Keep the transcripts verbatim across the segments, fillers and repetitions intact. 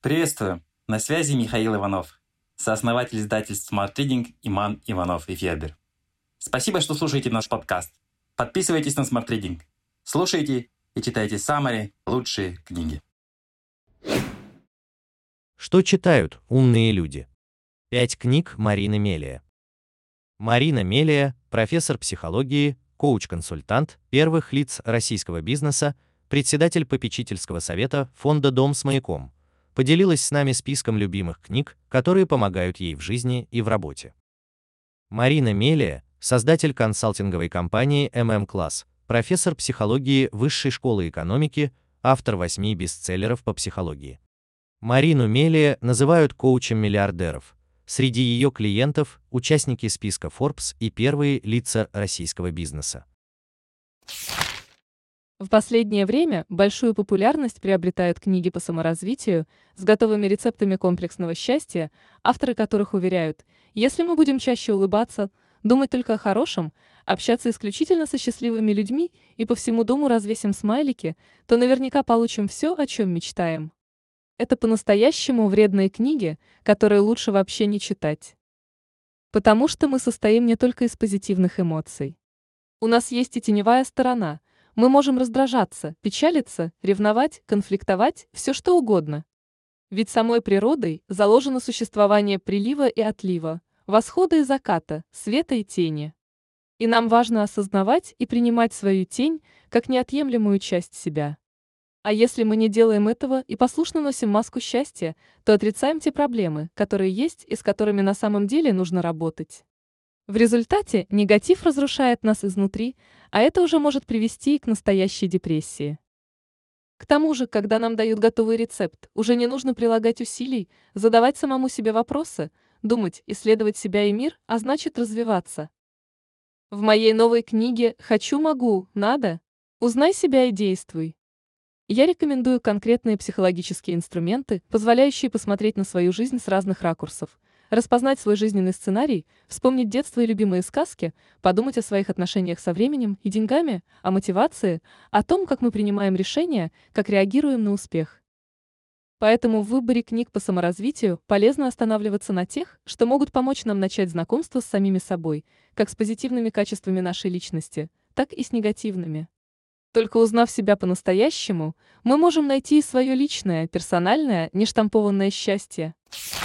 Приветствую! На связи Михаил Иванов, сооснователь издательств Smart Reading Иман Иванов и Федер. Спасибо, что слушаете наш подкаст. Подписывайтесь на Smart Reading. Слушайте и читайте самые лучшие книги. Что читают умные люди? Пять книг Марины Мелия. Марина Мелия – профессор психологии, коуч-консультант первых лиц российского бизнеса, председатель попечительского совета фонда «Дом с маяком», поделилась с нами списком любимых книг, которые помогают ей в жизни и в работе. Марина Мелия – создатель консалтинговой компании эм эм Class, профессор психологии Высшей школы экономики, автор восьми бестселлеров по психологии. Марину Мелия называют коучем миллиардеров. Среди ее клиентов – участники списка Forbes и первые лица российского бизнеса. В последнее время большую популярность приобретают книги по саморазвитию с готовыми рецептами комплексного счастья, авторы которых уверяют, если мы будем чаще улыбаться, думать только о хорошем, общаться исключительно со счастливыми людьми и по всему дому развесим смайлики, то наверняка получим все, о чем мечтаем. Это по-настоящему вредные книги, которые лучше вообще не читать. Потому что мы состоим не только из позитивных эмоций. У нас есть и теневая сторона. Мы можем раздражаться, печалиться, ревновать, конфликтовать, все что угодно. Ведь самой природой заложено существование прилива и отлива, восхода и заката, света и тени. И нам важно осознавать и принимать свою тень как неотъемлемую часть себя. А если мы не делаем этого и послушно носим маску счастья, то отрицаем те проблемы, которые есть и с которыми на самом деле нужно работать. В результате негатив разрушает нас изнутри, а это уже может привести к настоящей депрессии. К тому же, когда нам дают готовый рецепт, уже не нужно прилагать усилий, задавать самому себе вопросы, думать, исследовать себя и мир, а значит развиваться. В моей новой книге «Хочу, могу, надо. Узнай себя и действуй» я рекомендую конкретные психологические инструменты, позволяющие посмотреть на свою жизнь с разных ракурсов, распознать свой жизненный сценарий, вспомнить детство и любимые сказки, подумать о своих отношениях со временем и деньгами, о мотивации, о том, как мы принимаем решения, как реагируем на успех. Поэтому в выборе книг по саморазвитию полезно останавливаться на тех, что могут помочь нам начать знакомство с самими собой, как с позитивными качествами нашей личности, так и с негативными. Только узнав себя по-настоящему, мы можем найти свое личное, персональное, нештампованное счастье.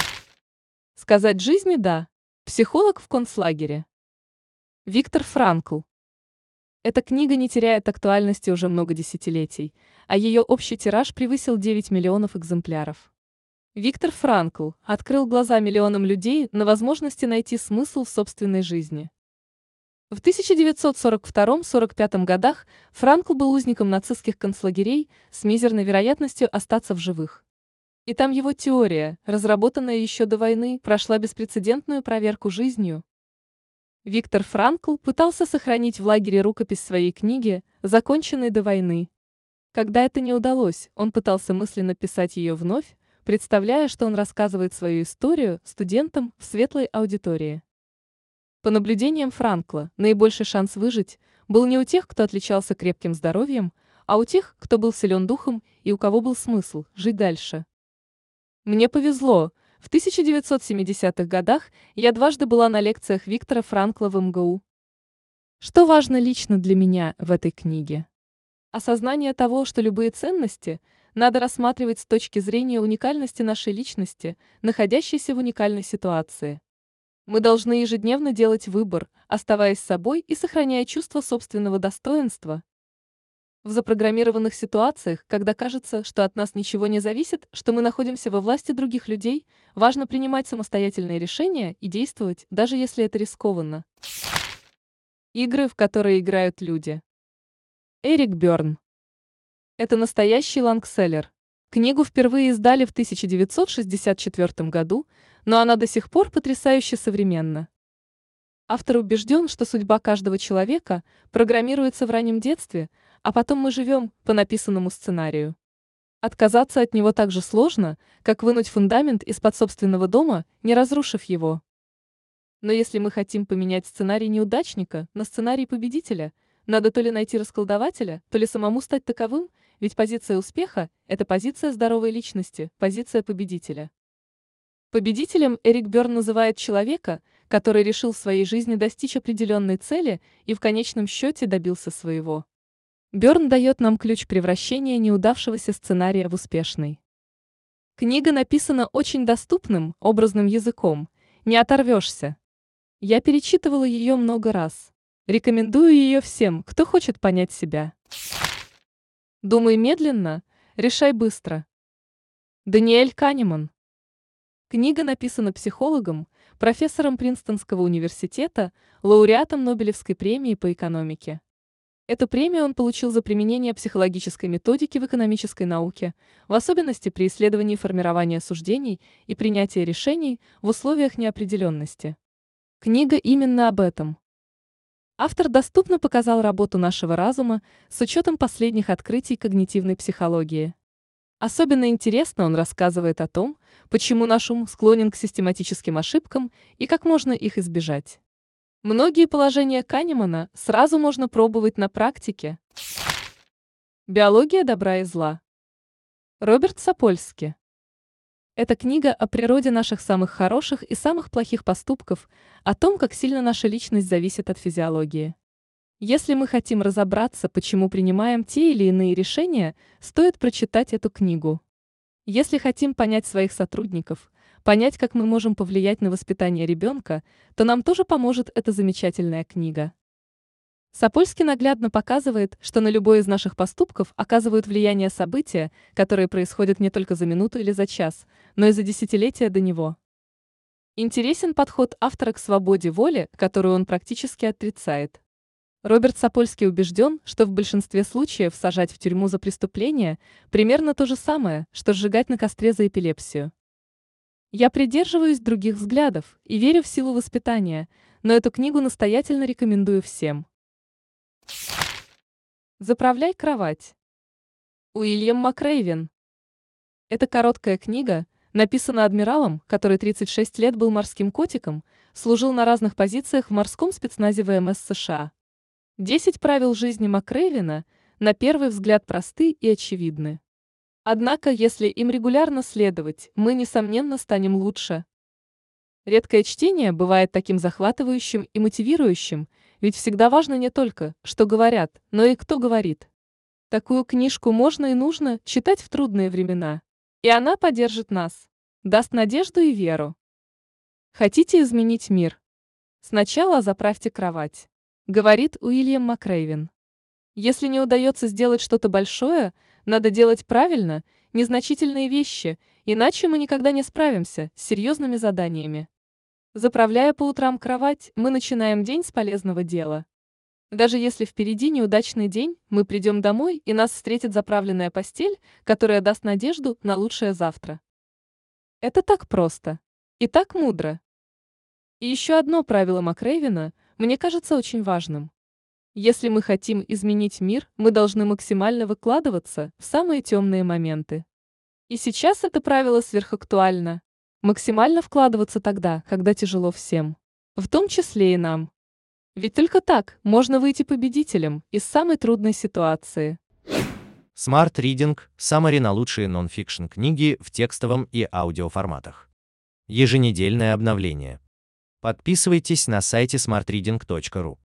Сказать жизни «да». Психолог в концлагере. Виктор Франкл. Эта книга не теряет актуальности уже много десятилетий, а ее общий тираж превысил девять миллионов экземпляров. Виктор Франкл открыл глаза миллионам людей на возможности найти смысл в собственной жизни. В тысяча девятьсот сорок втором — сорок пятом годах Франкл был узником нацистских концлагерей с мизерной вероятностью остаться в живых. И там его теория, разработанная еще до войны, прошла беспрецедентную проверку жизнью. Виктор Франкл пытался сохранить в лагере рукопись своей книги, законченной до войны. Когда это не удалось, он пытался мысленно писать ее вновь, представляя, что он рассказывает свою историю студентам в светлой аудитории. По наблюдениям Франкла, наибольший шанс выжить был не у тех, кто отличался крепким здоровьем, а у тех, кто был силен духом и у кого был смысл жить дальше. Мне повезло. В тысяча девятьсот семидесятых годах я дважды была на лекциях Виктора Франкла в эм гэ у. Что важно лично для меня в этой книге? Осознание того, что любые ценности надо рассматривать с точки зрения уникальности нашей личности, находящейся в уникальной ситуации. Мы должны ежедневно делать выбор, оставаясь собой и сохраняя чувство собственного достоинства. В запрограммированных ситуациях, когда кажется, что от нас ничего не зависит, что мы находимся во власти других людей, важно принимать самостоятельные решения и действовать, даже если это рискованно. Игры, в которые играют люди. Эрик Бёрн. Это настоящий лонгселлер. Книгу впервые издали в тысяча девятьсот шестьдесят четвёртом году, но она до сих пор потрясающе современна. Автор убежден, что судьба каждого человека программируется в раннем детстве, а потом мы живем по написанному сценарию. Отказаться от него так же сложно, как вынуть фундамент из-под собственного дома, не разрушив его. Но если мы хотим поменять сценарий неудачника на сценарий победителя, надо то ли найти расколдователя, то ли самому стать таковым, ведь позиция успеха– это позиция здоровой личности, позиция победителя. Победителем Эрик Берн называет человека, который решил в своей жизни достичь определенной цели и в конечном счете добился своего. Берн дает нам ключ превращения неудавшегося сценария в успешный. Книга написана очень доступным, образным языком, не оторвешься. Я перечитывала ее много раз. Рекомендую ее всем, кто хочет понять себя. Думай медленно, решай быстро. Даниэль Канеман. Книга написана психологом, профессором Принстонского университета, лауреатом Нобелевской премии по экономике. Эту премию он получил за применение психологической методики в экономической науке, в особенности при исследовании формирования суждений и принятия решений в условиях неопределенности. Книга именно об этом. Автор доступно показал работу нашего разума с учетом последних открытий когнитивной психологии. Особенно интересно он рассказывает о том, почему наш ум склонен к систематическим ошибкам и как можно их избежать. Многие положения Канемана сразу можно пробовать на практике. Биология добра и зла. Роберт Сапольски. Эта книга о природе наших самых хороших и самых плохих поступков, о том, как сильно наша личность зависит от физиологии. Если мы хотим разобраться, почему принимаем те или иные решения, стоит прочитать эту книгу. Если хотим понять своих сотрудников, понять, как мы можем повлиять на воспитание ребенка, то нам тоже поможет эта замечательная книга. Сапольски наглядно показывает, что на любой из наших поступков оказывают влияние события, которые происходят не только за минуту или за час, но и за десятилетия до него. Интересен подход автора к свободе воли, которую он практически отрицает. Роберт Сапольски убежден, что в большинстве случаев сажать в тюрьму за преступление примерно то же самое, что сжигать на костре за эпилепсию. Я придерживаюсь других взглядов и верю в силу воспитания, но эту книгу настоятельно рекомендую всем. Заправляй кровать. Уильям Макрейвен. Эта короткая книга написана адмиралом, который тридцать шесть лет был морским котиком, служил на разных позициях в морском спецназе ВМС США. Десять правил жизни Макрейвена на первый взгляд просты и очевидны. Однако, если им регулярно следовать, мы, несомненно, станем лучше. Редкое чтение бывает таким захватывающим и мотивирующим, ведь всегда важно не только, что говорят, но и кто говорит. Такую книжку можно и нужно читать в трудные времена. И она поддержит нас, даст надежду и веру. Хотите изменить мир? Сначала заправьте кровать, говорит Уильям Макрейвен. Если не удается сделать что-то большое, надо делать правильно, незначительные вещи, иначе мы никогда не справимся с серьезными заданиями. Заправляя по утрам кровать, мы начинаем день с полезного дела. Даже если впереди неудачный день, мы придем домой, и нас встретит заправленная постель, которая даст надежду на лучшее завтра. Это так просто. И так мудро. И еще одно правило Макрейвена мне кажется очень важным. Если мы хотим изменить мир, мы должны максимально выкладываться в самые темные моменты. И сейчас это правило сверхактуально. Максимально вкладываться тогда, когда тяжело всем. В том числе и нам. Ведь только так можно выйти победителем из самой трудной ситуации. Smart Reading – Summary на лучшие нон-фикшн книги в текстовом и аудиоформатах. Еженедельное обновление. Подписывайтесь на сайте смарт ридинг точка ру.